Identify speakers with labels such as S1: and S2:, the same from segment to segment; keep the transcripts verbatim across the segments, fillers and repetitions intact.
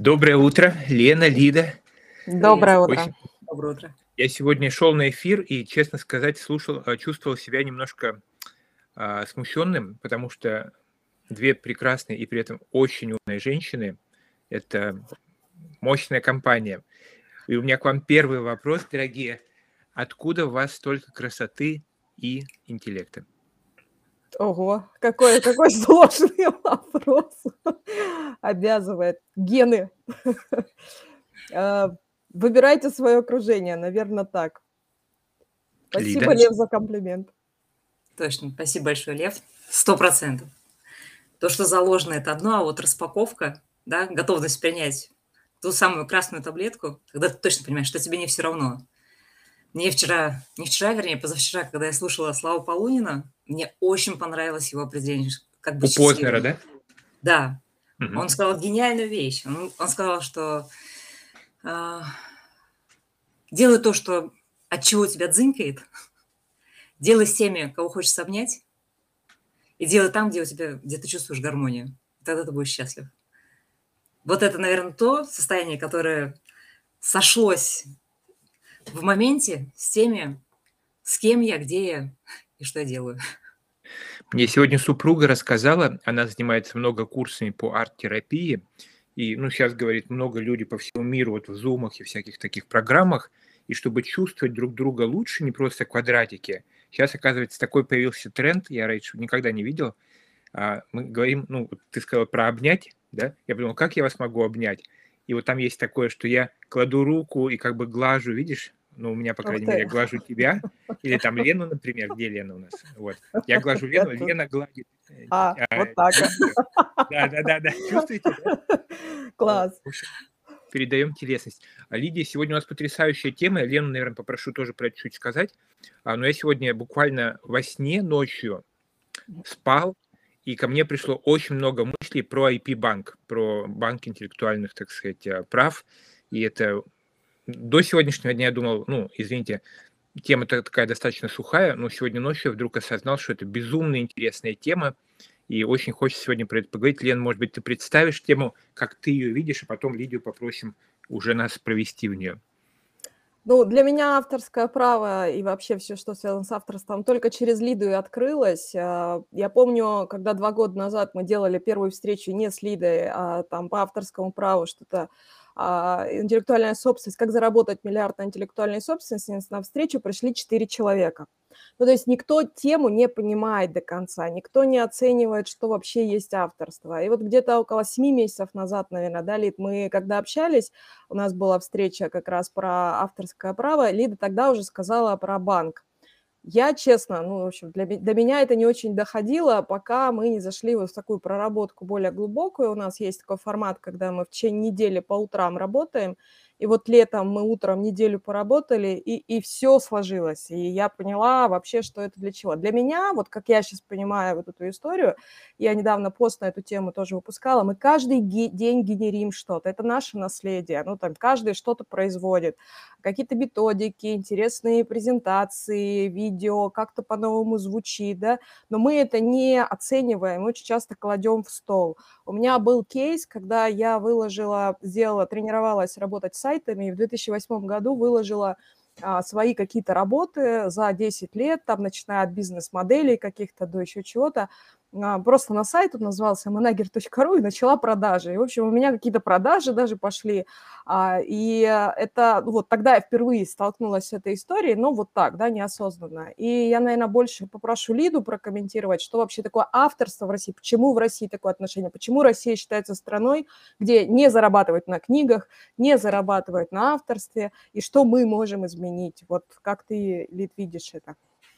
S1: Доброе утро, Лена, Лида.
S2: Доброе утро.
S1: Очень
S3: Доброе утро.
S1: Я сегодня шел на эфир и, честно сказать, слушал, а, чувствовал себя немножко а, смущенным, потому что две прекрасные и при этом очень умные женщины– это мощная компания. И у меня к вам первый вопрос, дорогие. Откуда у вас столько красоты и интеллекта?
S2: Ого, какой, какой сложный вопрос. Обязывает. Гены. А, Выбирайте свое окружение, наверное, так. Спасибо,
S1: Лида?
S2: Лев, за комплимент.
S3: Точно. Спасибо большое, Лев. Сто процентов. То, что заложено, это одно, а вот распаковка, да, готовность принять ту самую красную таблетку, когда ты точно понимаешь, что тебе не все равно. Мне вчера, не вчера, вернее, позавчера, когда я слушала Славу Полунина, мне очень понравилось его определение, как бы
S1: У Познера,
S3: счастливым.
S1: да?
S3: Да.
S1: Мгм.
S3: Он сказал гениальную вещь. Он, он сказал, что а, делай то, что от чего тебя дзынькает, делай с теми, кого хочешь обнять, и делай там, где у тебя, где ты чувствуешь гармонию. Тогда ты будешь счастлив. Вот это, наверное, то состояние, которое сошлось в моменте с теми, с кем я, где я и что я делаю.
S1: Мне сегодня супруга рассказала, она занимается много курсами по арт-терапии, и, ну, сейчас, говорит, много людей по всему миру вот в зумах и всяких таких программах, и чтобы чувствовать друг друга лучше, не просто квадратики, сейчас, оказывается, такой появился тренд, я раньше никогда не видел, а, мы говорим, ну, вот ты сказал про обнять, да, я подумал, как я вас могу обнять, и вот там есть такое, что я кладу руку и как бы глажу, видишь, ну, у меня, по
S2: Ух
S1: крайней мере,
S2: ты.
S1: я глажу тебя, или там Лену, например, где Лена у нас, вот, я глажу
S2: Я
S1: Лену,
S2: тут.
S1: Лена гладит. э,
S2: А,
S1: а,
S2: вот так вот.
S1: Видите? Да, да, да, да. Чувствуете, да? Вот.
S2: Класс.
S1: В общем, передаем телесность. А Лидия, сегодня у нас потрясающая тема. Лену, наверное, попрошу тоже про это чуть сказать. А, но я сегодня буквально во сне ночью спал, и ко мне пришло очень много мыслей про ай пи-банк, про банк интеллектуальных, так сказать, э, прав. И это до сегодняшнего дня я думал, ну, извините, тема такая достаточно сухая, но сегодня ночью я вдруг осознал, что это безумно интересная тема, и очень хочется сегодня про это поговорить. Лен, может быть, ты представишь тему, как ты ее видишь, а потом Лидию попросим уже нас провести в нее.
S2: Ну, для меня авторское право и вообще все, что связано с авторством, только через Лиду и открылось. А, Я помню, когда два года назад мы делали первую встречу не с Лидой, а там по авторскому праву что-то, а, интеллектуальная собственность, как заработать миллиард на интеллектуальной собственности, на встречу пришли четыре человека. Ну, то есть никто тему не понимает до конца, никто не оценивает, что вообще есть авторство. И вот где-то около семи месяцев назад, наверное, да, Лид, мы когда общались, у нас была встреча как раз про авторское право, Лида тогда уже сказала про банк. Я, честно, ну, в общем, для, ме- до меня это не очень доходило, пока мы не зашли вот в такую проработку более глубокую. У нас есть такой формат, когда мы в течение недели по утрам работаем, и вот летом мы утром неделю поработали, и, и все сложилось. И я поняла вообще, что это для чего. Для меня, вот как я сейчас понимаю вот эту историю, я недавно пост на эту тему тоже выпускала, мы каждый ге- день генерим что-то. Это наше наследие. Ну, там каждый что-то производит. Какие-то методики, интересные презентации, видео, как-то по-новому звучит, да, но мы это не оцениваем, очень часто кладем в стол. У меня был кейс, когда я выложила, сделала, тренировалась работать с сайтами, и в две тысячи восьмом году выложила а, свои какие-то работы за десять лет, там, начиная от бизнес-моделей каких-то до еще чего-то, а, просто на сайт, он назывался manager точка ру, и начала продажи. И, в общем, у меня какие-то продажи даже пошли, а, и это, ну, вот тогда я впервые столкнулась с этой историей, но вот так, да, неосознанно. И я, наверное, больше попрошу Лиду прокомментировать, что вообще такое авторство в России, почему в России такое отношение, почему Россия считается страной, где не зарабатывают на книгах, не зарабатывают на авторстве, и что мы можем изменить. Вот как ты, Лид, видишь это?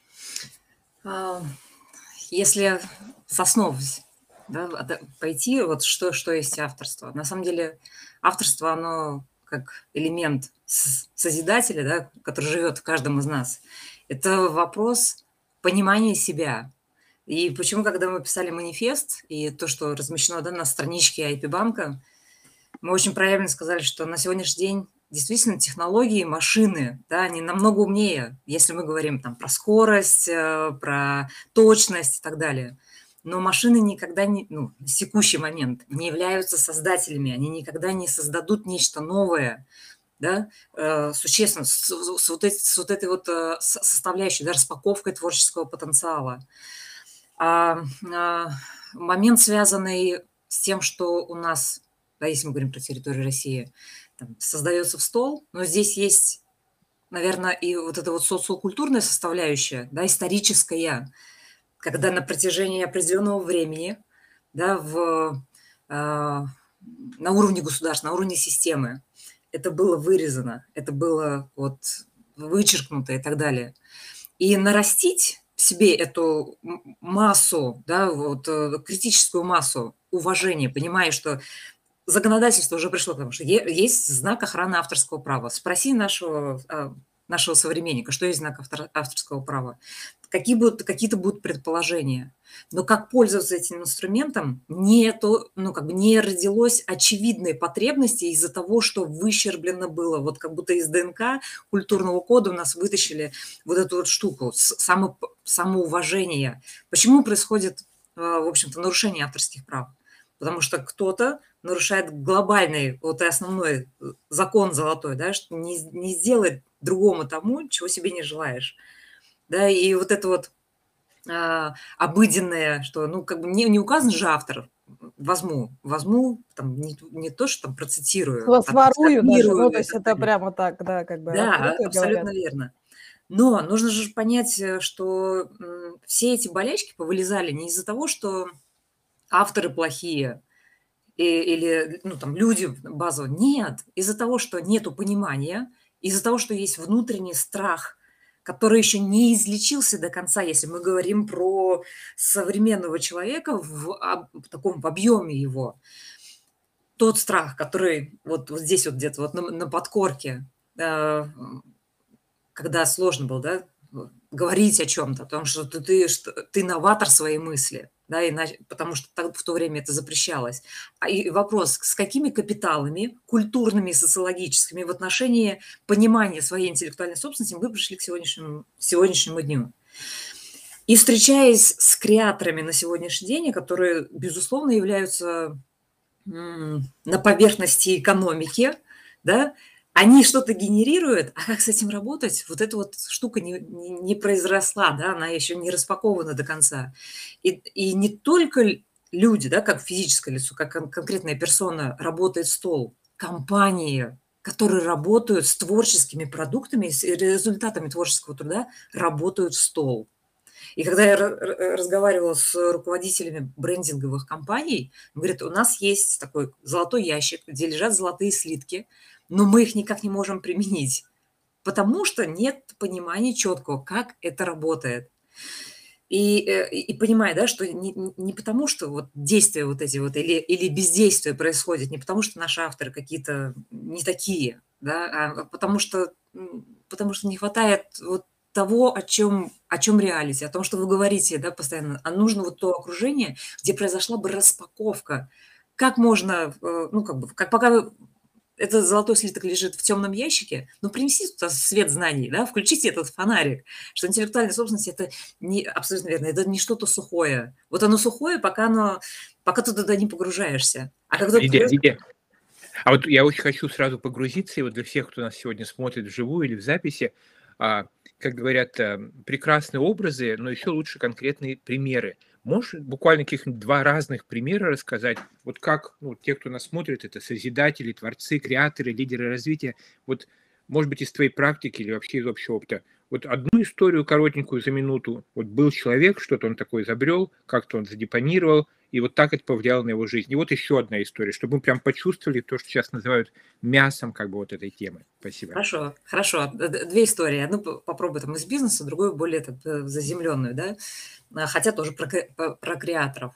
S3: А, Если с основ, да, от- пойти, вот что, что есть авторство. На самом деле авторство, оно как элемент с- созидателя, да, который живет в каждом из нас. Это вопрос понимания себя. И почему, когда мы писали манифест, и то, что размещено, да, на страничке ай пи-банка, мы очень правильно сказали, что на сегодняшний день действительно технологии, машины, да, они намного умнее, если мы говорим там про скорость, э, про точность и так далее. но машины никогда не, ну, в текущий момент не являются создателями, они никогда не создадут нечто новое, да, э, существенно, с, с вот этой, с вот этой вот э, составляющей, да, распаковкой творческого потенциала. А, а, момент, связанный с тем, что у нас, да, если мы говорим про территорию России, там, создается в стол, но здесь есть, наверное, и вот эта вот социокультурная составляющая, да, историческая, когда на протяжении определенного времени, да, в, а, на уровне государства, на уровне системы это было вырезано, это было вот вычеркнуто и так далее. И нарастить в себе эту массу, да, вот, критическую массу уважения, понимая, что законодательство уже пришло, потому что есть знак охраны авторского права. Спроси нашего, нашего современника, что есть знак автор, авторского права. Какие будут, какие-то будут предположения. Но как пользоваться этим инструментом, нету, ну, как бы не родилось очевидной потребности из-за того, что выщерблено было. Вот как будто из ДНК культурного кода у нас вытащили вот эту вот штуку, само, самоуважение. Почему происходит, в общем-то, нарушение авторских прав? Потому что кто-то нарушает глобальный, вот и основной закон золотой, да, что не, не сделать другому тому, чего себе не желаешь. Да, и вот это вот а, обыденное, что, ну, как бы не, не указан же автор, возьму, возьму, там, не, не то, что там процитирую, а
S2: Сворую даже, ну, то есть это прямо так, да, как бы
S3: да, абсолютно
S2: говорят.
S3: Верно. Но нужно же понять, что все эти болячки повылезали не из-за того, что авторы плохие, или, ну, там, люди базово. Нет, из-за того, что нету понимания, из-за того, что есть внутренний страх, который еще не излечился до конца, если мы говорим про современного человека в, в таком в объеме его. Тот страх, который вот, вот здесь вот где-то вот на, на подкорке, э, когда сложно было, да, говорить о чем-то, о том, что ты, ты, что ты новатор своей мысли, да, иначе, потому что в то время это запрещалось. А и вопрос, с какими капиталами, культурными, социологическими, в отношении понимания своей интеллектуальной собственности мы пришли к сегодняшнему, сегодняшнему дню. И встречаясь с креаторами на сегодняшний день, которые, безусловно, являются м- на поверхности экономики, да, они что-то генерируют, а как с этим работать? Вот эта вот штука не, не, не произросла, да, она еще не распакована до конца. И, и не только люди, да, как физическое лицо, как кон- конкретная персона работает стол, компании, которые работают с творческими продуктами, с результатами творческого труда, работают в стол. И когда я разговаривала с руководителями брендинговых компаний, говорят, у нас есть такой золотой ящик, где лежат золотые слитки, но мы их никак не можем применить, потому что нет понимания четкого, как это работает. И, и, и понимая, да, что не, не потому, что вот действия вот эти вот или, или бездействие происходит, не потому, что наши авторы какие-то не такие, да, а потому что, потому что не хватает вот того, о чем, о чем реалити, о том, что вы говорите, да, постоянно, а нужно вот то окружение, где произошла бы распаковка. Как можно, ну, как бы, как пока вы этот золотой слиток лежит в темном ящике, ну, принесите туда свет знаний, да, включите этот фонарик, что интеллектуальная собственность – это не, абсолютно верно, это не что-то сухое. Вот оно сухое, пока, оно, пока ты туда не погружаешься. А когда
S1: Лидия,
S3: ты...
S1: Лидия, а вот я очень хочу сразу погрузиться, и вот для всех, кто нас сегодня смотрит вживую или в записи, а, как говорят, прекрасные образы, но еще лучше конкретные примеры. Можешь буквально каких-нибудь два разных примера рассказать, вот как, ну, те, кто нас смотрит, это созидатели, творцы, креаторы, лидеры развития, вот, может быть, из твоей практики или вообще из общего опыта, вот одну историю коротенькую за минуту, вот был человек, что-то он такое изобрел, как-то он задепонировал, и вот так это повлияло на его жизнь. И вот еще одна история, чтобы мы прям почувствовали то, что сейчас называют мясом как бы вот этой темы. Спасибо.
S3: Хорошо, хорошо. Две истории. Одну попробую там из бизнеса, другую более так, заземленную, да, хотя тоже про, про креаторов.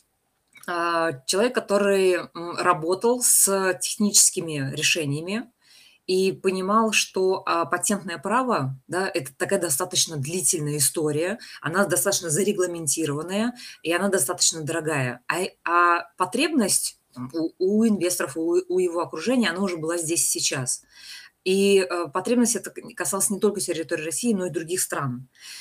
S3: Человек, который работал с техническими решениями и понимал, что патентное право, да, это такая достаточно длительная история, она достаточно зарегламентированная, и она достаточно дорогая. А, а потребность у, у инвесторов, у, у его окружения, она уже была здесь и сейчас. И потребность это касалась не только территории России, но и других стран.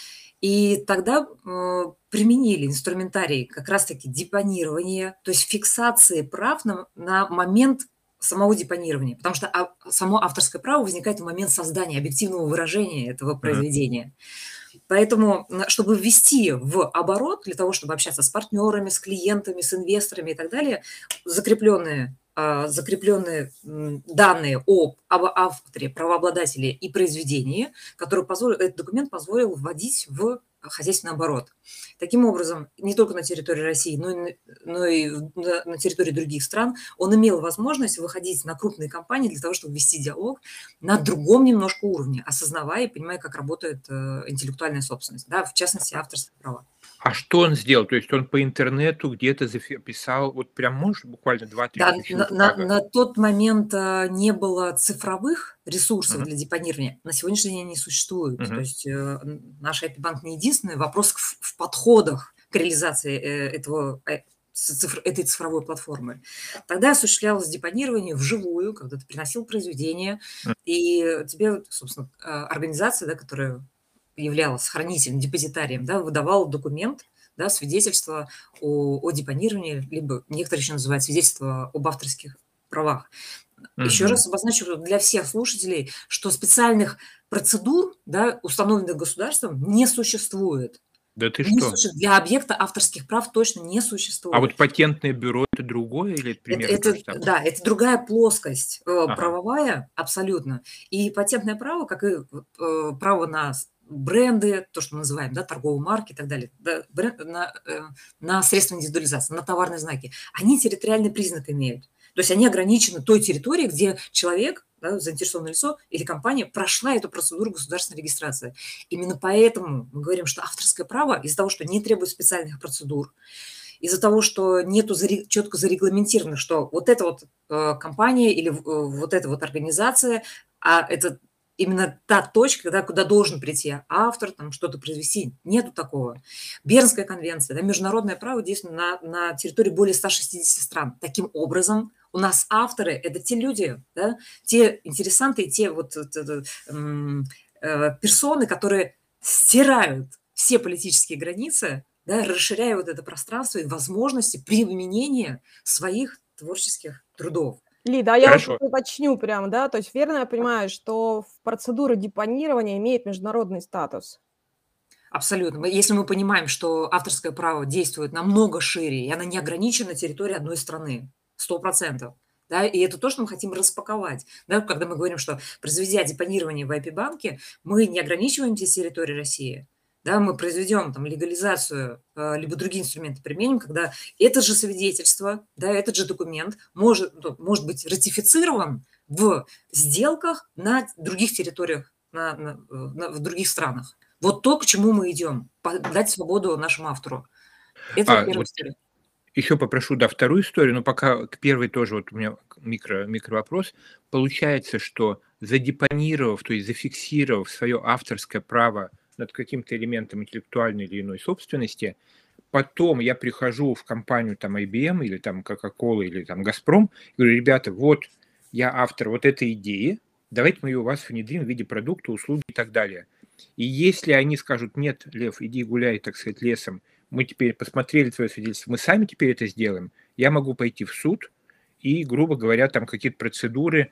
S3: И тогда э, применили инструментарий как раз-таки депонирования, то есть фиксации прав на, на момент самого депонирования, потому что а, само авторское право возникает в момент создания объективного выражения этого произведения. Поэтому, чтобы ввести в оборот, для того, чтобы общаться с партнерами, с клиентами, с инвесторами и так далее, закрепленные, закрепленные данные об, об авторе, правообладателе и произведении, который позволил, этот документ позволил вводить в хозяйственный оборот. Таким образом, не только на территории России, но и, но и на, на территории других стран он имел возможность выходить на крупные компании для того, чтобы вести диалог на другом немножко уровне, осознавая и понимая, как работает э, интеллектуальная собственность, да, в частности, авторские права.
S1: А что он сделал? То есть он по интернету где-то записал, вот прям можешь буквально два-три
S3: Да,
S1: ключевых
S3: на, на,
S1: шага?
S3: на тот момент э, не было цифровых ресурсов
S1: Мгм.
S3: для депонирования, на сегодняшний день они существуют. То
S1: Мгм.
S3: есть э, наш ай пи банк не единственный, вопрос в, в подходах к реализации э, этого, э, с- цифр- этой цифровой платформы. Тогда осуществлялось депонирование вживую, когда ты приносил произведение,
S1: М.
S3: и тебе, собственно, э, организация, да, которая являлась хранителем, депозитарием, да, выдавала документ, да, свидетельство о, о депонировании, либо некоторые еще называют свидетельство об авторских правах. Еще
S1: Мгм.
S3: раз обозначу для всех слушателей, что специальных процедур, да, установленных государством, не существует.
S1: Да ты
S3: Не
S1: что?
S3: существует. Для объекта авторских прав точно не
S1: А
S3: существует.
S1: вот патентное бюро это другое или это
S3: Это,
S1: примерно то
S3: это,
S1: же самое?
S3: да, это другая плоскость э,
S1: Ага.
S3: правовая, абсолютно. И патентное право, как и э, право на с- бренды, то, что мы называем, да, торговые марки и так далее, да, бренд- на, э, на средства индивидуализации, на товарные знаки, они территориальный признак имеют. То есть они ограничены той территорией, где человек, да, заинтересованное лицо или компания прошла эту процедуру государственной регистрации. Именно поэтому мы говорим, что авторское право из-за того, что не требует специальных процедур, из-за того, что нету заре- четко зарегламентировано, что вот эта вот э, компания или в- э, вот эта вот организация, а это именно та точка, да, куда должен прийти автор, там что-то произвести. Нету такого. Бернская конвенция, да, международное право действует на, на территории более ста шестидесяти стран. Таким образом, у нас авторы – это те люди, да, те интересанты, те вот это, это, м, э, персоны, которые стирают все политические границы, да, расширяя вот это пространство и возможности применения своих творческих трудов.
S2: Лида, а я вот
S1: Хорошо.
S2: тут уточню прям, да, то есть верно я понимаю, что в процедура депонирования имеет международный статус?
S3: Абсолютно. Мы- Если мы понимаем, что авторское право действует намного шире, и оно не ограничено территорией одной страны, сто процентов. Да, и это то, что мы хотим распаковать. Да, когда мы говорим, что произведя депонирование в ай пи банке, мы не ограничиваемся территорией России. Да, мы произведем там легализацию, э, либо другие инструменты применим, когда это же свидетельство, да, этот же документ может, ну, может быть ратифицирован в сделках на других территориях, на- на- э, на- в других странах. Вот то, к чему мы идем, по дать свободу нашему автору. Это вот
S1: А
S3: первая
S1: вот
S3: история.
S1: еще попрошу, да, вторую историю, но пока к первой тоже вот у меня микро, микровопрос. Получается, что задепонировав, то есть зафиксировав свое авторское право над каким-то элементом интеллектуальной или иной собственности, потом я прихожу в компанию там ай би эм или там Coca-Cola или там Газпром и говорю, ребята, вот я автор вот этой идеи, давайте мы ее у вас внедрим в виде продукта, услуги и так далее. И если они скажут, нет, Лев, иди гуляй, так сказать, лесом, мы теперь посмотрели твое свидетельство, мы сами теперь это сделаем, я могу пойти в суд и, грубо говоря, там какие-то процедуры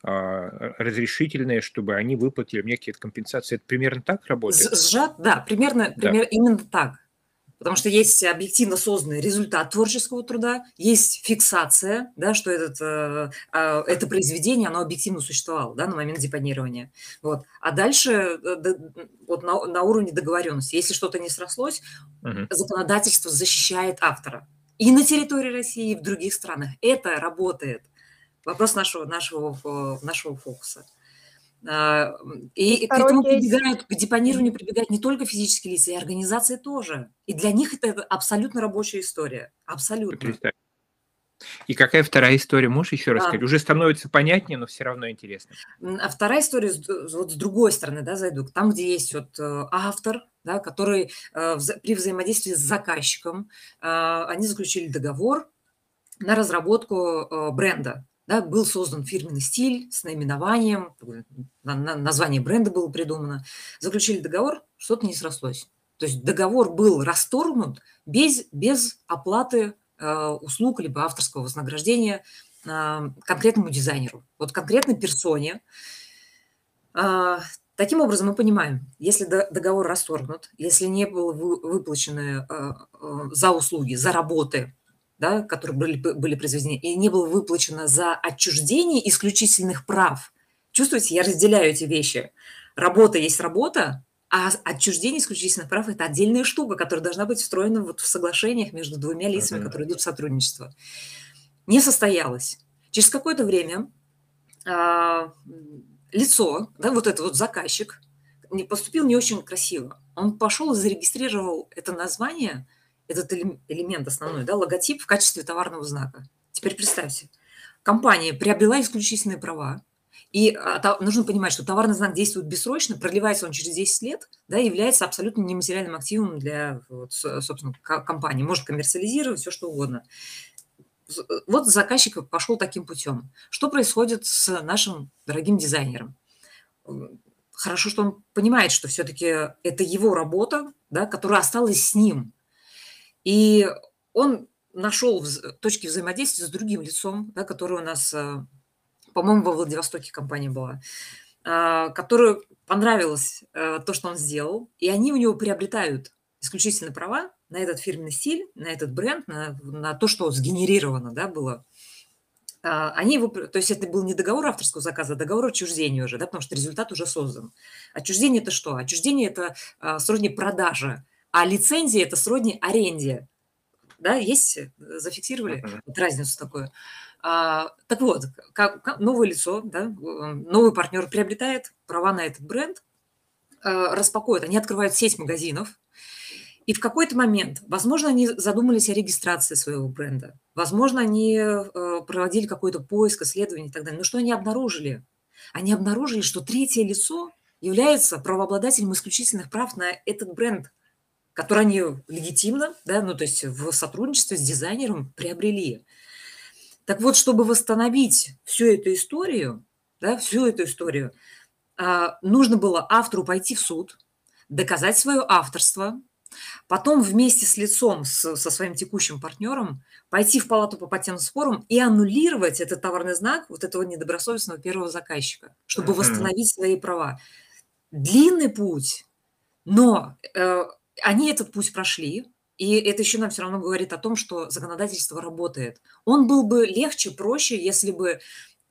S1: а, разрешительные, чтобы они выплатили мне какие-то компенсации. Это примерно так работает?
S3: С- Сжат, да, примерно,
S1: Да.
S3: пример, именно так. Потому что есть объективно созданный результат творческого труда, есть фиксация, да, что этот, э, а, это произведение, оно объективно существовало, да, на момент депонирования. Вот. А дальше э, д- вот на, на уровне договоренности, если что-то не срослось,
S1: Мгм.
S3: законодательство защищает автора. И на территории России, и в других странах. Это работает. Вопрос нашего, нашего, э, нашего фокуса. А, м,
S2: И
S3: И к
S2: второй
S3: этому
S2: кейс.
S3: прибегают, к депонированию
S2: Мгм.
S3: прибегают не только физические лица, и организации тоже. И для них это абсолютно рабочая история. Абсолютно.
S1: Потрясающе. И какая вторая история? Можешь еще
S3: А,
S1: рассказать? Уже становится понятнее, но все равно интересно.
S3: м, а вторая история, с д- вот с другой стороны, да, зайду, там, где есть вот э, автор, да, который э, вза- при взаимодействии с заказчиком, а, они заключили договор на разработку э, бренда. Да, был создан фирменный стиль с наименованием, такое на- на- название бренда было придумано. Заключили договор, что-то не срослось. То есть договор был расторгнут без, без оплаты э, услуг либо авторского вознаграждения э, конкретному дизайнеру, вот конкретной персоне. Э, таким образом, мы понимаем, если до, договор расторгнут, если не было вы, выплачено э, э, за услуги, за работы, да, которые были, были произведены, и не было выплачено за отчуждение исключительных прав. Чувствуете, я разделяю эти вещи. Работа есть работа, а отчуждение исключительных прав – это отдельная штука, которая должна быть встроена вот в соглашениях между двумя лицами, которые идут в сотрудничество. Не состоялось. Через какое-то время а, лицо, да, вот этот вот заказчик, не, поступил не очень красиво. Он пошел и зарегистрировал это название, этот элемент основной, да, логотип в качестве товарного знака. Теперь представьте, компания приобрела исключительные права, и а, нужно понимать, что товарный знак действует бессрочно, продлевается он через десять лет, да, является абсолютно нематериальным активом для, вот, собственно, компании. Может коммерциализировать все, что угодно. Вот заказчик пошел таким путем. Что происходит с нашим дорогим дизайнером? Хорошо, что он понимает, что все-таки это его работа, да, которая осталась с ним. И он нашел точки взаимодействия с другим лицом, да, которое у нас, по-моему, во Владивостоке компания была, которой понравилось то, что он сделал, и они у него приобретают исключительно права на этот фирменный стиль, на этот бренд, на, на то, что сгенерировано, да, было. Они его, то есть это был не договор авторского заказа, а договор отчуждения уже, да, потому что результат уже создан. Отчуждение – это что? Отчуждение – это сродни продаже, а лицензия – это сродни аренде. Да, есть, зафиксировали uh-huh. вот разницу такую. А, так вот, как, как новое лицо, да, новый партнер приобретает права на этот бренд, а, распакуют, они открывают сеть магазинов, и в какой-то момент, возможно, они задумались о регистрации своего бренда, возможно, они а, проводили какой-то поиск, исследование и так далее. Но что они обнаружили? Они обнаружили, что третье лицо является правообладателем исключительных прав на этот бренд, которые они легитимно, да, ну, то есть в сотрудничестве с дизайнером приобрели. Так вот, чтобы восстановить всю эту историю, да, всю эту историю, нужно было автору пойти в суд, доказать свое авторство, потом вместе с лицом, с, со своим текущим партнером, пойти в палату по патентным спорам и аннулировать этот товарный знак вот этого недобросовестного первого заказчика, чтобы восстановить свои права. Длинный путь, но... Они этот путь прошли, и это еще нам все равно говорит о том, что законодательство работает. Он был бы легче, проще, если бы,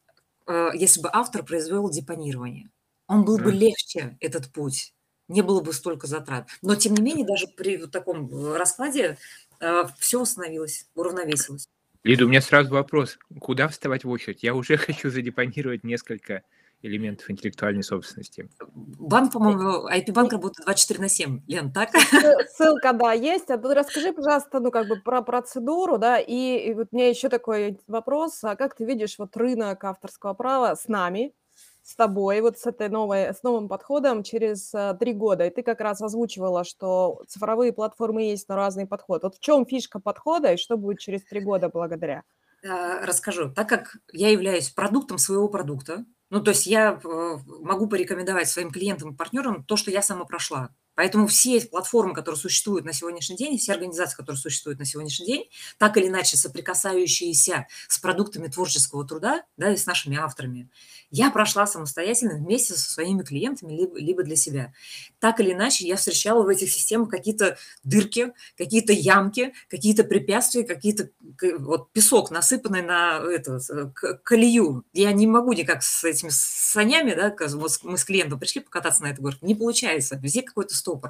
S3: если бы автор произвел депонирование. Он был бы легче, этот путь, не было бы столько затрат. Но, тем не менее, даже при вот таком раскладе все восстановилось, уравновесилось.
S1: Лида, у меня сразу вопрос. Куда вставать в очередь? Я уже хочу задепонировать несколько элементов интеллектуальной собственности.
S3: Банк, по-моему, ай пи-банк работает двадцать четыре на семь. Лен, так?
S2: Ссылка, да, есть. А расскажи, пожалуйста, ну, как бы про процедуру, да, и, и вот у меня еще такой вопрос. А как ты видишь вот рынок авторского права с нами, с тобой, вот с этой новой, с новым подходом через а, три года? И ты как раз озвучивала, что цифровые платформы есть, но разный подход. Вот в чем фишка подхода и что будет через три года благодаря?
S3: Расскажу. Так как я являюсь продуктом своего продукта, ну, то есть я могу порекомендовать своим клиентам и партнерам то, что я сама прошла. Поэтому все платформы, которые существуют на сегодняшний день, все организации, которые существуют на сегодняшний день, так или иначе соприкасающиеся с продуктами творческого труда, да, и с нашими авторами, я прошла самостоятельно вместе со своими клиентами, либо, либо для себя. Так или иначе я встречала в этих системах какие-то дырки, какие-то ямки, какие-то препятствия, какие-то вот песок, насыпанный на это, колею. Я не могу никак с этими санями, да, мы с клиентом пришли покататься на этой горке, не получается, везде какой-то стопор.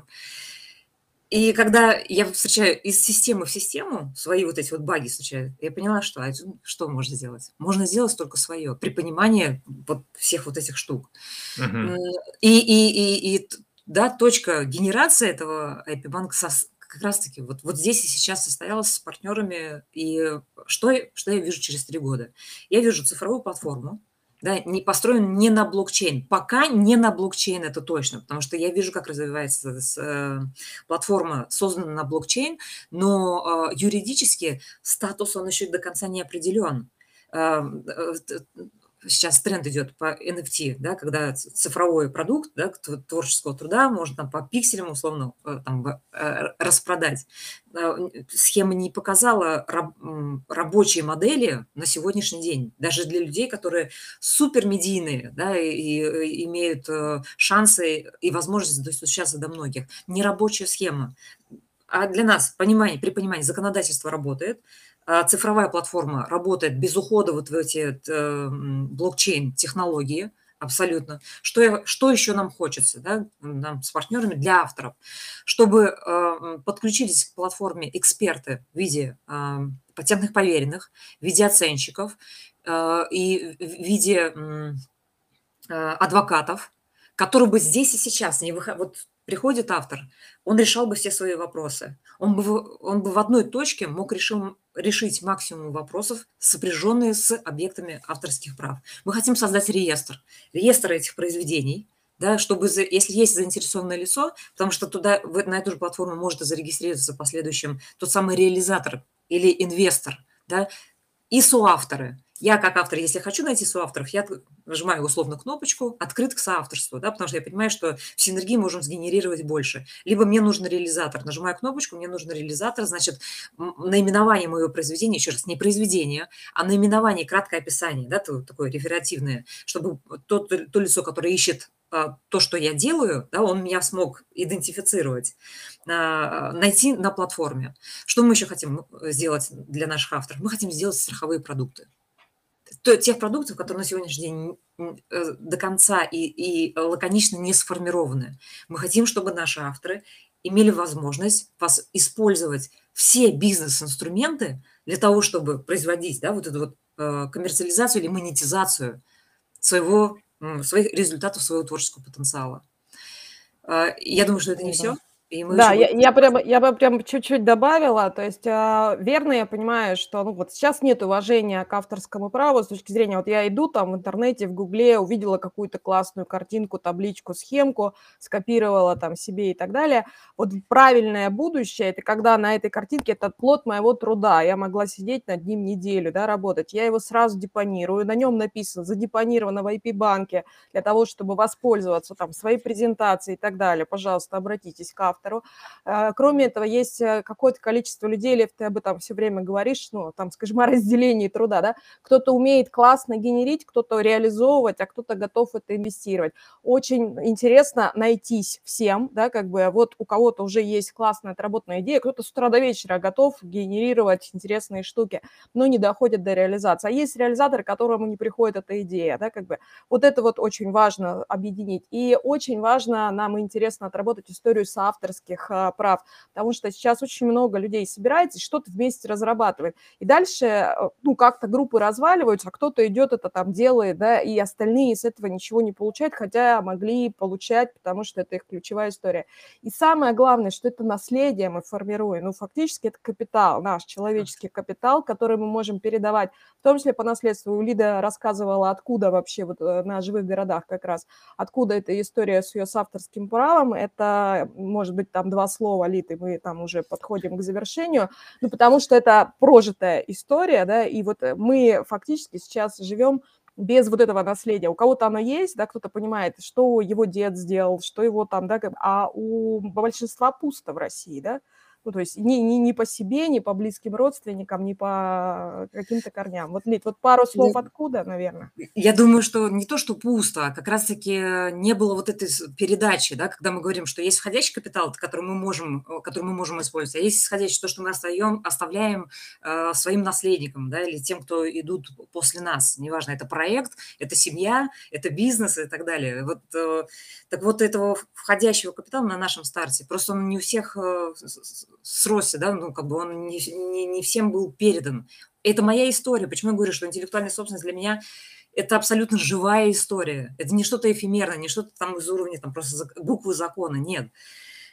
S3: И когда я встречаю из системы в систему, свои вот эти вот баги встречаю, я поняла, что что можно сделать? Можно сделать только свое, при понимании вот всех вот этих штук. Uh-huh. И, и, и, и да, точка генерации этого ай пи-банка как раз-таки вот, вот здесь и сейчас состоялась с партнерами. И что, что я вижу через три года? Я вижу цифровую платформу, да, не построен не на блокчейн. Пока не на блокчейн, это точно, потому что я вижу, как развивается э, платформа, созданная на блокчейн, но э, юридически статус, он еще до конца не определен. Э, э, сейчас тренд идет по эн эф ти, да, когда цифровой продукт, да, творческого труда можно там по пикселям условно там, распродать. Схема не показала раб, рабочие модели на сегодняшний день, даже для людей, которые супермедийные, да, и, и имеют шансы и возможность достучаться до многих. Нерабочая схема. А для нас понимание, при понимании законодательства работает, цифровая платформа работает без ухода вот в эти э, блокчейн-технологии, абсолютно. Что, я, что еще нам хочется, да, нам с партнерами для авторов? Чтобы э, подключились к платформе эксперты в виде э, патентных поверенных, в виде оценщиков э, и в виде э, адвокатов, которые бы здесь и сейчас не выходили. Вот приходит автор, он решал бы все свои вопросы. Он бы, он бы в одной точке мог решил, решить максимум вопросов, сопряженные с объектами авторских прав. Мы хотим создать реестр, реестр этих произведений, да, чтобы, если есть заинтересованное лицо, потому что туда, на эту же платформу может зарегистрироваться в последующем тот самый реализатор или инвестор, да, и соавторы. Я как автор, если хочу найти соавторов, я нажимаю условно кнопочку «Открыт к соавторству», да, потому что я понимаю, что в синергии можем сгенерировать больше. Либо мне нужен реализатор. Нажимаю кнопочку, мне нужен реализатор, значит, наименование моего произведения, еще раз, не произведение, а наименование, краткое описание, да, такое реферативное, чтобы то, то лицо, которое ищет то, что я делаю, да, он меня смог идентифицировать, найти на платформе. Что мы еще хотим сделать для наших авторов? Мы хотим сделать страховые продукты. Тех продуктов, которые на сегодняшний день до конца и, и лаконично не сформированы. Мы хотим, чтобы наши авторы имели возможность использовать все бизнес-инструменты для того, чтобы производить, да, вот эту вот коммерциализацию или монетизацию своего, своих результатов, своего творческого потенциала. Я думаю, что это не все. И мы
S2: Да,
S3: еще
S2: я, я, прям, я бы прям чуть-чуть добавила, то есть э, верно я понимаю, что ну, вот сейчас нет уважения к авторскому праву с точки зрения, вот я иду там в интернете, в Гугле, увидела какую-то классную картинку, табличку, схемку, скопировала там себе и так далее. Вот правильное будущее, это когда на этой картинке это плод моего труда, я могла сидеть над ним неделю, да, работать, я его сразу депонирую, на нем написано, задепонировано в ай пи-банке для того, чтобы воспользоваться там своей презентацией и так далее, пожалуйста, обратитесь к автору. Автору. Кроме этого, есть какое-то количество людей, Лев, ты об этом все время говоришь, ну, там, скажем, о разделении труда, да, кто-то умеет классно генерить, кто-то реализовывать, а кто-то готов это инвестировать. Очень интересно найтись всем, да, как бы вот у кого-то уже есть классная отработанная идея, кто-то с утра до вечера готов генерировать интересные штуки, но не доходит до реализации. А есть реализатор, которому не приходит эта идея, да, как бы вот это вот очень важно объединить. И очень важно, нам интересно отработать историю с автором, прав, потому что сейчас очень много людей собирается и что-то вместе разрабатывает. И дальше, ну, как-то группы разваливаются, а кто-то идет это там делает, да, и остальные с этого ничего не получают, хотя могли получать, потому что это их ключевая история. И самое главное, что это наследие мы формируем, ну, фактически это капитал, наш человеческий капитал, который мы можем передавать, в том числе по наследству. Лида рассказывала, откуда вообще вот на живых городах как раз, откуда эта история с ее с авторским правом, это, может быть, там два слова, Лид, и мы там уже подходим к завершению, ну, потому что это прожитая история, да, и вот мы фактически сейчас живем без вот этого наследия. У кого-то оно есть, да, кто-то понимает, что его дед сделал, что его там, да, а у большинства пусто в России, да, ну, то есть ни, ни, ни по себе, ни по близким родственникам, ни по каким-то корням. Вот, Лид, вот пару слов
S3: Да.
S2: Откуда, наверное?
S3: Я думаю, что не то, что пусто, а как раз-таки не было вот этой передачи, да, когда мы говорим, что есть входящий капитал, который мы можем, который мы можем использовать, а есть исходящий, то, что мы остаем, оставляем э, своим наследникам, да, или тем, кто идут после нас. Неважно, это проект, это семья, это бизнес и так далее. Вот, э, так вот этого входящего капитала на нашем старте, просто он не у всех э, сросся, да, ну, как бы он не, не, не всем был передан. Это моя история. Почему я говорю, что интеллектуальная собственность для меня – это абсолютно живая история. Это не что-то эфемерное, не что-то там из уровня там, просто буквы закона. Нет.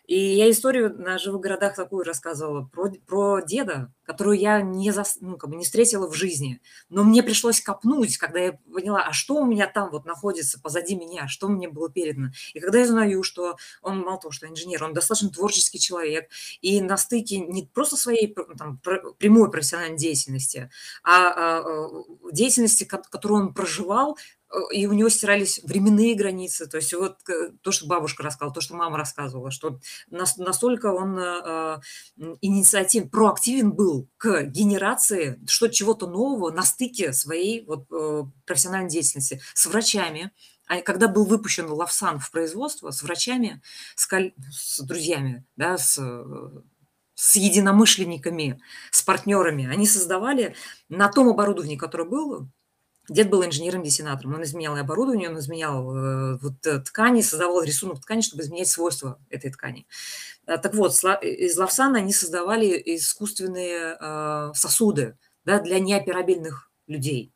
S3: И я историю на «Живых городах» такую рассказывала про, про деда, которую я не, зас, ну, как бы не встретила в жизни. Но мне пришлось копнуть, когда я поняла, а что у меня там вот находится позади меня, что мне было передано. И когда я знаю, что он, мало того, что инженер, он достаточно творческий человек, и на стыке не просто своей там, прямой профессиональной деятельности, а, а деятельности, которую он проживал, и у него стирались временные границы. То есть вот то, что бабушка рассказывала, то, что мама рассказывала, что настолько он э, инициативен, проактивен был к генерации что чего-то нового на стыке своей вот, э, профессиональной деятельности с врачами. А когда был выпущен Лавсан в производство, с врачами, с, коль... с друзьями, да, с, с единомышленниками, с партнерами, они создавали на том оборудовании, которое было. Дед был инженером-десенатором. Он изменял и оборудование, он изменял э, вот, ткани, создавал рисунок ткани, чтобы изменять свойства этой ткани. А, так вот, из Лавсана они создавали искусственные э, сосуды, да, для неоперабельных людей.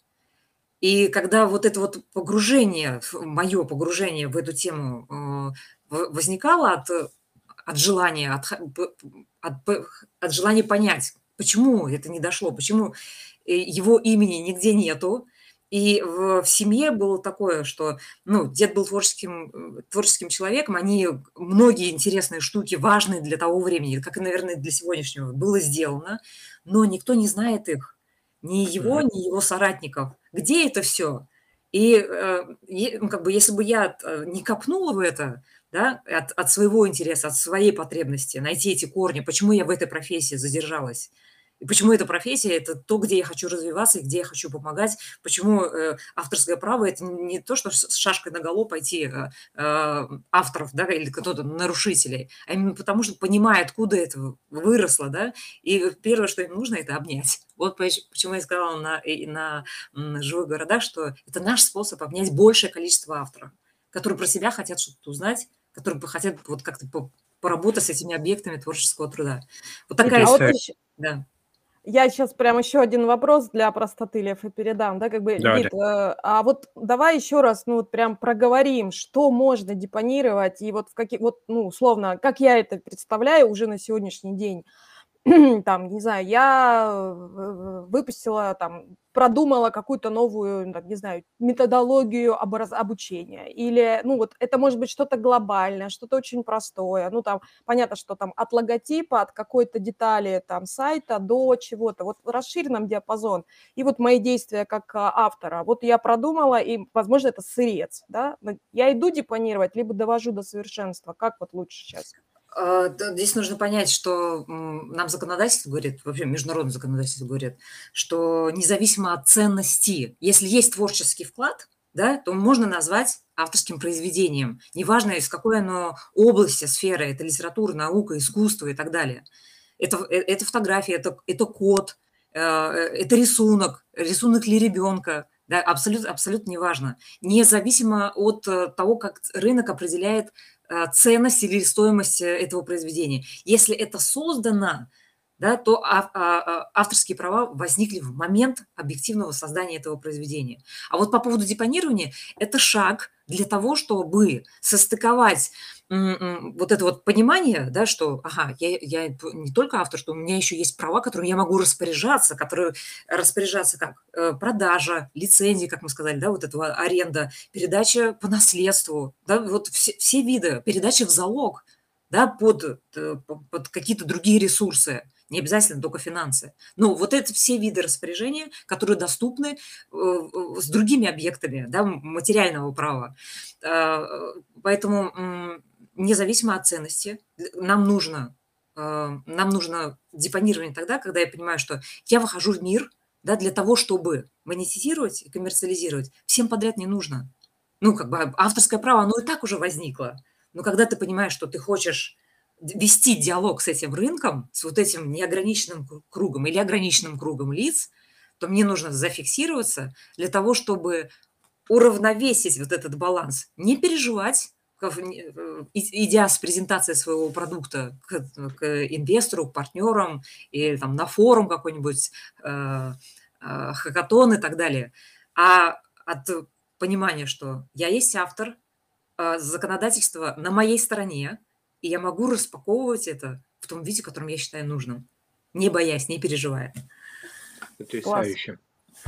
S3: И когда вот это вот погружение, мое погружение в эту тему э, возникало от, от желания, от, от, от желания понять, почему это не дошло, почему его имени нигде нету. И в, в семье было такое, что, ну, дед был творческим, творческим человеком, они, многие интересные штуки, важные для того времени, как и, наверное, для сегодняшнего, было сделано, но никто не знает их, ни его, ни его соратников. Где это все? И, э, как бы, если бы я не копнула в это, да, от, от своего интереса, от своей потребности, найти эти корни, почему я в этой профессии задержалась, и почему эта профессия – это то, где я хочу развиваться и где я хочу помогать. Почему э, авторское право – это не то, что с шашкой наголо пойти э, э, авторов, да, или кто-то нарушителей, а именно потому, что понимая, откуда это выросло, да, и первое, что им нужно – это обнять. Вот почему я сказала на, на, на «Живых городах», что это наш способ обнять большее количество авторов, которые про себя хотят что-то узнать, которые хотят вот как-то поработать с этими объектами творческого труда. Вот такая история. Да.
S2: Я сейчас прям еще один вопрос для простоты, Лев, и передам, да, как бы,
S1: Да,
S2: Лид,
S1: да.
S2: э, а вот давай еще раз, ну, вот прям проговорим, что можно депонировать, и вот в какие, вот, ну, условно, как я это представляю уже на сегодняшний день. Там, не знаю, я выпустила, там, продумала какую-то новую, там, не знаю, методологию образ- обучения. Или, ну, вот это может быть что-то глобальное, что-то очень простое. Ну, там, понятно, что там от логотипа, от какой-то детали, там, сайта до чего-то. Вот расширь нам диапазон. И вот мои действия как автора. Вот я продумала, и, возможно, это сырец, да? Я иду депонировать, либо довожу до совершенства. Как вот лучше сейчас?
S3: Здесь нужно понять, что нам законодательство говорит, вообще международное законодательство говорит, что независимо от ценности, если есть творческий вклад, да, то можно назвать авторским произведением. Неважно, из какой оно области, сферы, это литература, наука, искусство и так далее. Это, это фотография, это, это код, это рисунок, рисунок ли ребенка, да, абсолютно, абсолютно неважно. Независимо от того, как рынок определяет ценность или стоимость этого произведения. Если это создано, да, то авторские права возникли в момент объективного создания этого произведения. А вот по поводу депонирования, это шаг для того, чтобы состыковать вот это вот понимание, да, что, ага, я, я не только автор, что у меня еще есть права, которыми я могу распоряжаться, которые распоряжаться как продажа, лицензии, как мы сказали, да, вот этого аренда, передача по наследству, да, вот все, все виды, передача в залог, да, под, под какие-то другие ресурсы, не обязательно только финансы. Но вот это все виды распоряжения, которые доступны с другими объектами, да, материального права. Поэтому независимо от ценности, нам нужно, нам нужно депонирование тогда, когда я понимаю, что я выхожу в мир, да, для того, чтобы монетизировать и коммерциализировать. Всем подряд не нужно. Ну, как бы авторское право, оно и так уже возникло. Но когда ты понимаешь, что ты хочешь вести диалог с этим рынком, с вот этим неограниченным кругом или ограниченным кругом лиц, то мне нужно зафиксироваться для того, чтобы уравновесить вот этот баланс. Не переживать, идя с презентацией своего продукта к, к инвестору, к партнерам или там на форум какой-нибудь, э, э, хакатон и так далее, а от понимания, что я есть автор, э, законодательство на моей стороне, и я могу распаковывать это в том виде, в котором я считаю нужным, не боясь, не переживая.
S2: Класс.
S1: Потрясающе.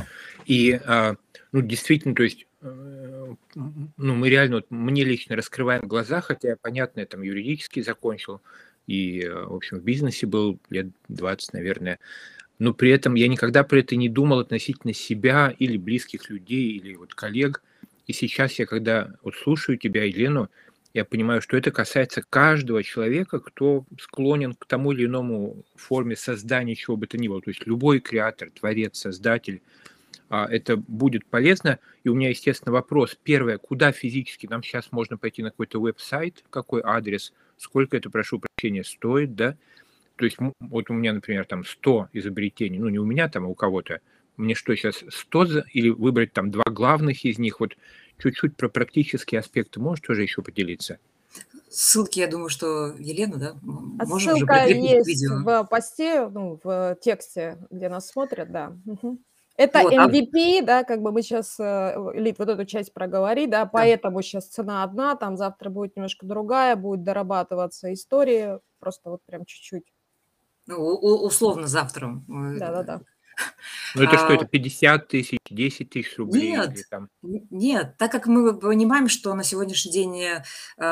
S1: И, а, ну, действительно, то есть, э, м, ну, мы реально, вот мне лично раскрываем глаза, хотя, понятно, я там юридически закончил и, э, в общем, в бизнесе был лет двадцать, наверное. Но при этом я никогда про это не думал относительно себя или близких людей, или вот коллег. И сейчас я, когда вот слушаю тебя, Елену, я понимаю, что это касается каждого человека, кто склонен к тому или иному форме создания чего бы то ни было. То есть любой креатор, творец, создатель, а, это будет полезно. И у меня, естественно, вопрос. Первое, куда физически нам сейчас можно пойти на какой-то веб-сайт, какой адрес, сколько это, прошу прощения, стоит, да? То есть м, вот у меня, например, там сто изобретений, ну не у меня там, а у кого-то. Мне что, сейчас сто за- или выбрать там два главных из них? Вот чуть-чуть про практические аспекты можешь тоже еще поделиться?
S3: Ссылки, я думаю, что Елену, да, м-
S2: А
S3: можем уже
S2: ссылка
S3: прикрепить к
S2: есть
S3: видео.
S2: в посте, ну, в тексте, где нас смотрят, да. Мгм. Это
S3: Вот, а,
S2: эм ви пи, да, как бы мы сейчас, Лид, вот эту часть проговори, да,
S3: да.
S2: поэтому сейчас цена одна, там завтра будет немножко другая, будет дорабатываться история, просто вот прям чуть-чуть.
S3: Ну, у- у- условно завтра. э,
S2: Да-да-да.
S1: Ну это что,
S3: а,
S1: это пятьдесят тысяч, десять тысяч рублей или
S3: Нет,
S1: там?
S3: н- нет, так как мы понимаем, что на сегодняшний день э,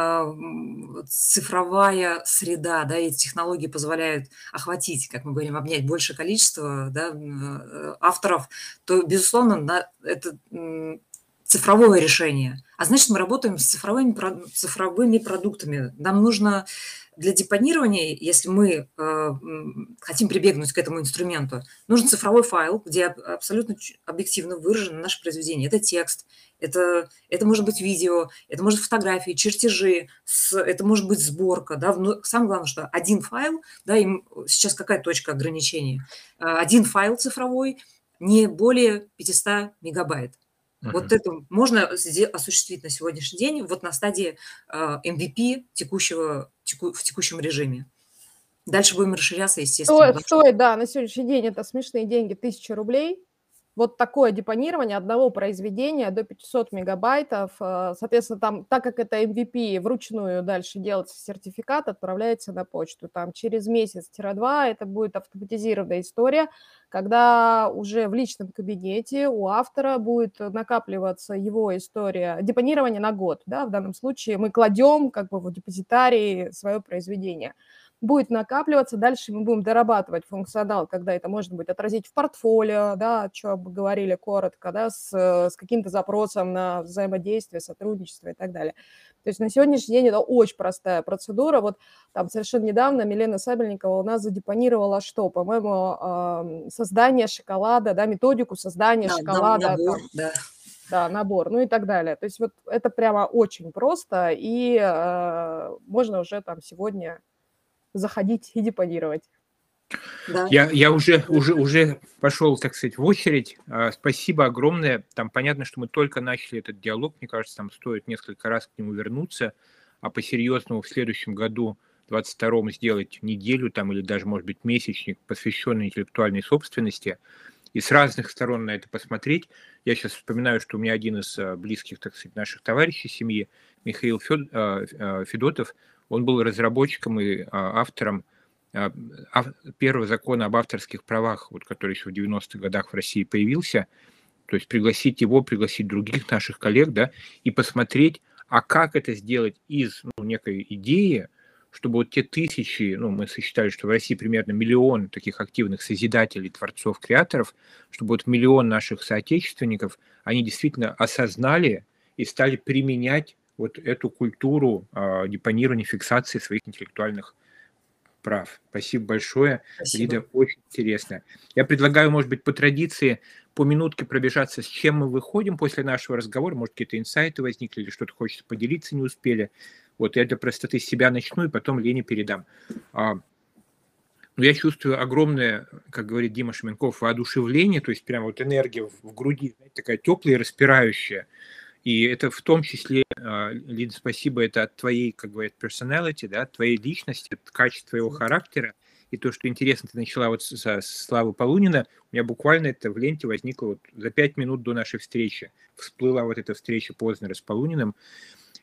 S3: м, вот цифровая среда, да, и технологии позволяют охватить, как мы говорим, обнять большее количество, да, м, э, авторов, то, безусловно, на- это м, цифровое решение. А значит, мы работаем с цифровыми, про- цифровыми продуктами. Нам нужно для депонирования, если мы э, м, хотим прибегнуть к этому инструменту, нужен цифровой файл, где аб- абсолютно ч- объективно выражено наше произведение. Это текст, это, это может быть видео, это может быть фотографии, чертежи, с- это может быть сборка. Да, но самое главное, что один файл, да, им сейчас какая точка ограничения? А, Один файл цифровой не более пятьсот мегабайт. Вот
S1: Мгм.
S3: это можно сде- осуществить на сегодняшний день вот на стадии а, эм ви пи текущего, теку- в текущем режиме. Дальше будем расширяться, естественно.
S2: Стоит,
S3: Потому что
S2: стоит, да, на сегодняшний день это смешные деньги, тысяча рублей. Вот такое депонирование одного произведения до пятисот мегабайтов. э, Соответственно, там, так как это эм ви пи, вручную дальше делается сертификат, отправляется на почту. Там через месяц-два это будет автоматизированная история, когда уже в личном кабинете у автора будет накапливаться его история, депонирование на год. Да, в данном случае мы кладем как бы в депозитарий свое произведение. Будет накапливаться, дальше мы будем дорабатывать функционал, когда это можно будет отразить в портфолио, да, о чем мы говорили коротко, да, с, э, с каким-то запросом на взаимодействие, сотрудничество и так далее. То есть на сегодняшний день это очень простая процедура. Вот там совершенно недавно Милена Сабельникова у нас задепонировала что? По-моему, ам, создание шоколада, да, методику создания
S3: да, нам
S2: шоколада,
S3: набор,
S2: там,
S3: да.
S2: да, набор, ну и так далее. То есть вот это прямо очень просто, и э, можно уже там сегодня заходить и депонировать.
S3: Да.
S1: Я, я уже, уже, уже пошел, так сказать, в очередь. А, Спасибо огромное. Там понятно, что мы только начали этот диалог. Мне кажется, там стоит несколько раз к нему вернуться, а по-серьезному в следующем году, двадцать втором, сделать неделю там или даже, может быть, месячник, посвященный интеллектуальной собственности, и с разных сторон на это посмотреть. Я сейчас вспоминаю, что у меня один из а, близких, так сказать, наших товарищей семьи, Михаил Фед- а, а, Федотов, он был разработчиком и а, автором а, ав- первого закона об авторских правах, вот, который еще в девяностых годах в России появился. То есть пригласить его, пригласить других наших коллег, да, и посмотреть, а как это сделать из ну, некой идеи, чтобы вот те тысячи, ну, мы сосчитали, что в России примерно миллион таких активных созидателей, творцов, креаторов, чтобы вот миллион наших соотечественников, они действительно осознали и стали применять вот эту культуру э, депонирования, фиксации своих интеллектуальных прав. Спасибо большое,
S3: Спасибо.
S1: Лида, очень интересно. Я предлагаю, может быть, по традиции по минутке пробежаться, с чем мы выходим после нашего разговора. Может, какие-то инсайты возникли или что-то хочется поделиться, не успели. Вот я для простоты с себя начну и потом Лене передам. А, ну, я чувствую огромное, как говорит Дима Шаменков, воодушевление, то есть прям вот энергия в, в груди, знаете, такая теплая и распирающая. И это в том числе, а, Лида, спасибо, это от твоей, как говорят, personality, да, от твоей личности, от качества твоего характера. И то, что интересно, ты начала вот со Славы Полунина, у меня буквально это в ленте возникло вот за пять минут до нашей встречи. Всплыла вот эта встреча Познера с Полуниным.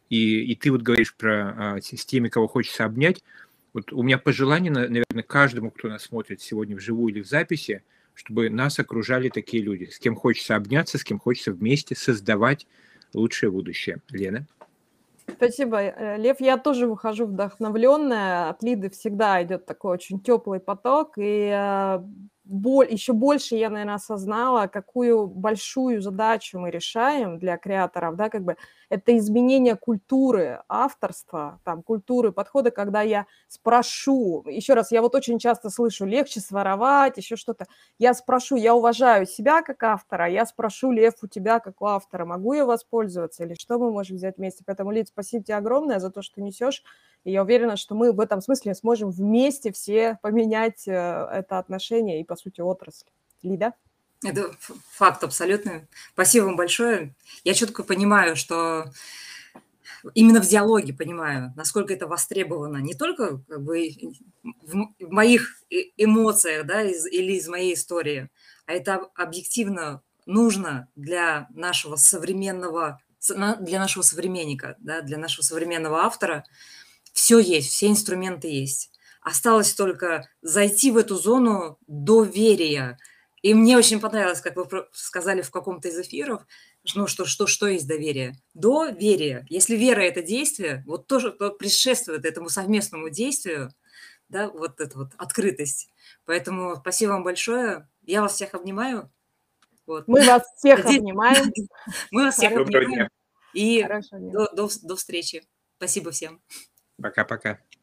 S1: И, и ты вот говоришь про а, с с теми, кого хочется обнять. Вот у меня пожелание, на- наверное, каждому, кто нас смотрит сегодня вживую или в записи, чтобы нас окружали такие люди, с кем хочется обняться, с кем хочется вместе создавать лучшее будущее. Лена?
S2: Спасибо, э, Лев. Я тоже выхожу вдохновленная. От Лиды всегда идет такой очень теплый поток. И э, боль, еще больше я, наверное, осознала, какую большую задачу мы решаем для креаторов, да, как бы это изменение культуры авторства, там, культуры подхода, когда я спрошу, еще раз, я вот очень часто слышу, легче своровать, еще что-то. Я спрошу, я уважаю себя как автора, я спрошу, Лев, у тебя как у автора, могу я воспользоваться или что мы можем взять вместе? Поэтому, Лид, спасибо тебе огромное за то, что несешь. И я уверена, что мы в этом смысле сможем вместе все поменять э, это отношение и, по сути, отрасль. Лида?
S3: Это ф- факт абсолютно. Спасибо вам большое. Я четко понимаю, что именно в диалоге понимаю, насколько это востребовано. Не только как бы в, м- в моих э- эмоциях, да, из- или из моей истории, а это об- объективно нужно для нашего современного, с- на- для нашего современника, да, для нашего современного автора. Все есть, все инструменты есть. Осталось только зайти в эту зону доверия. И мне очень понравилось, как вы про- сказали в каком-то из эфиров, ну, что, что, что есть доверие. Доверие. Если вера – это действие, вот то, что предшествует этому совместному действию, да, вот эта вот открытость. Поэтому спасибо вам большое. Я вас всех обнимаю. Вот.
S2: Мы вас всех
S3: Надеюсь,
S2: обнимаем.
S3: мы вас всех
S2: Хорошо.
S1: Доброго
S3: обнимаем.
S1: дня.
S3: И
S2: Хорошего дня.
S3: до, до, до встречи. Спасибо всем.
S1: Пока-пока.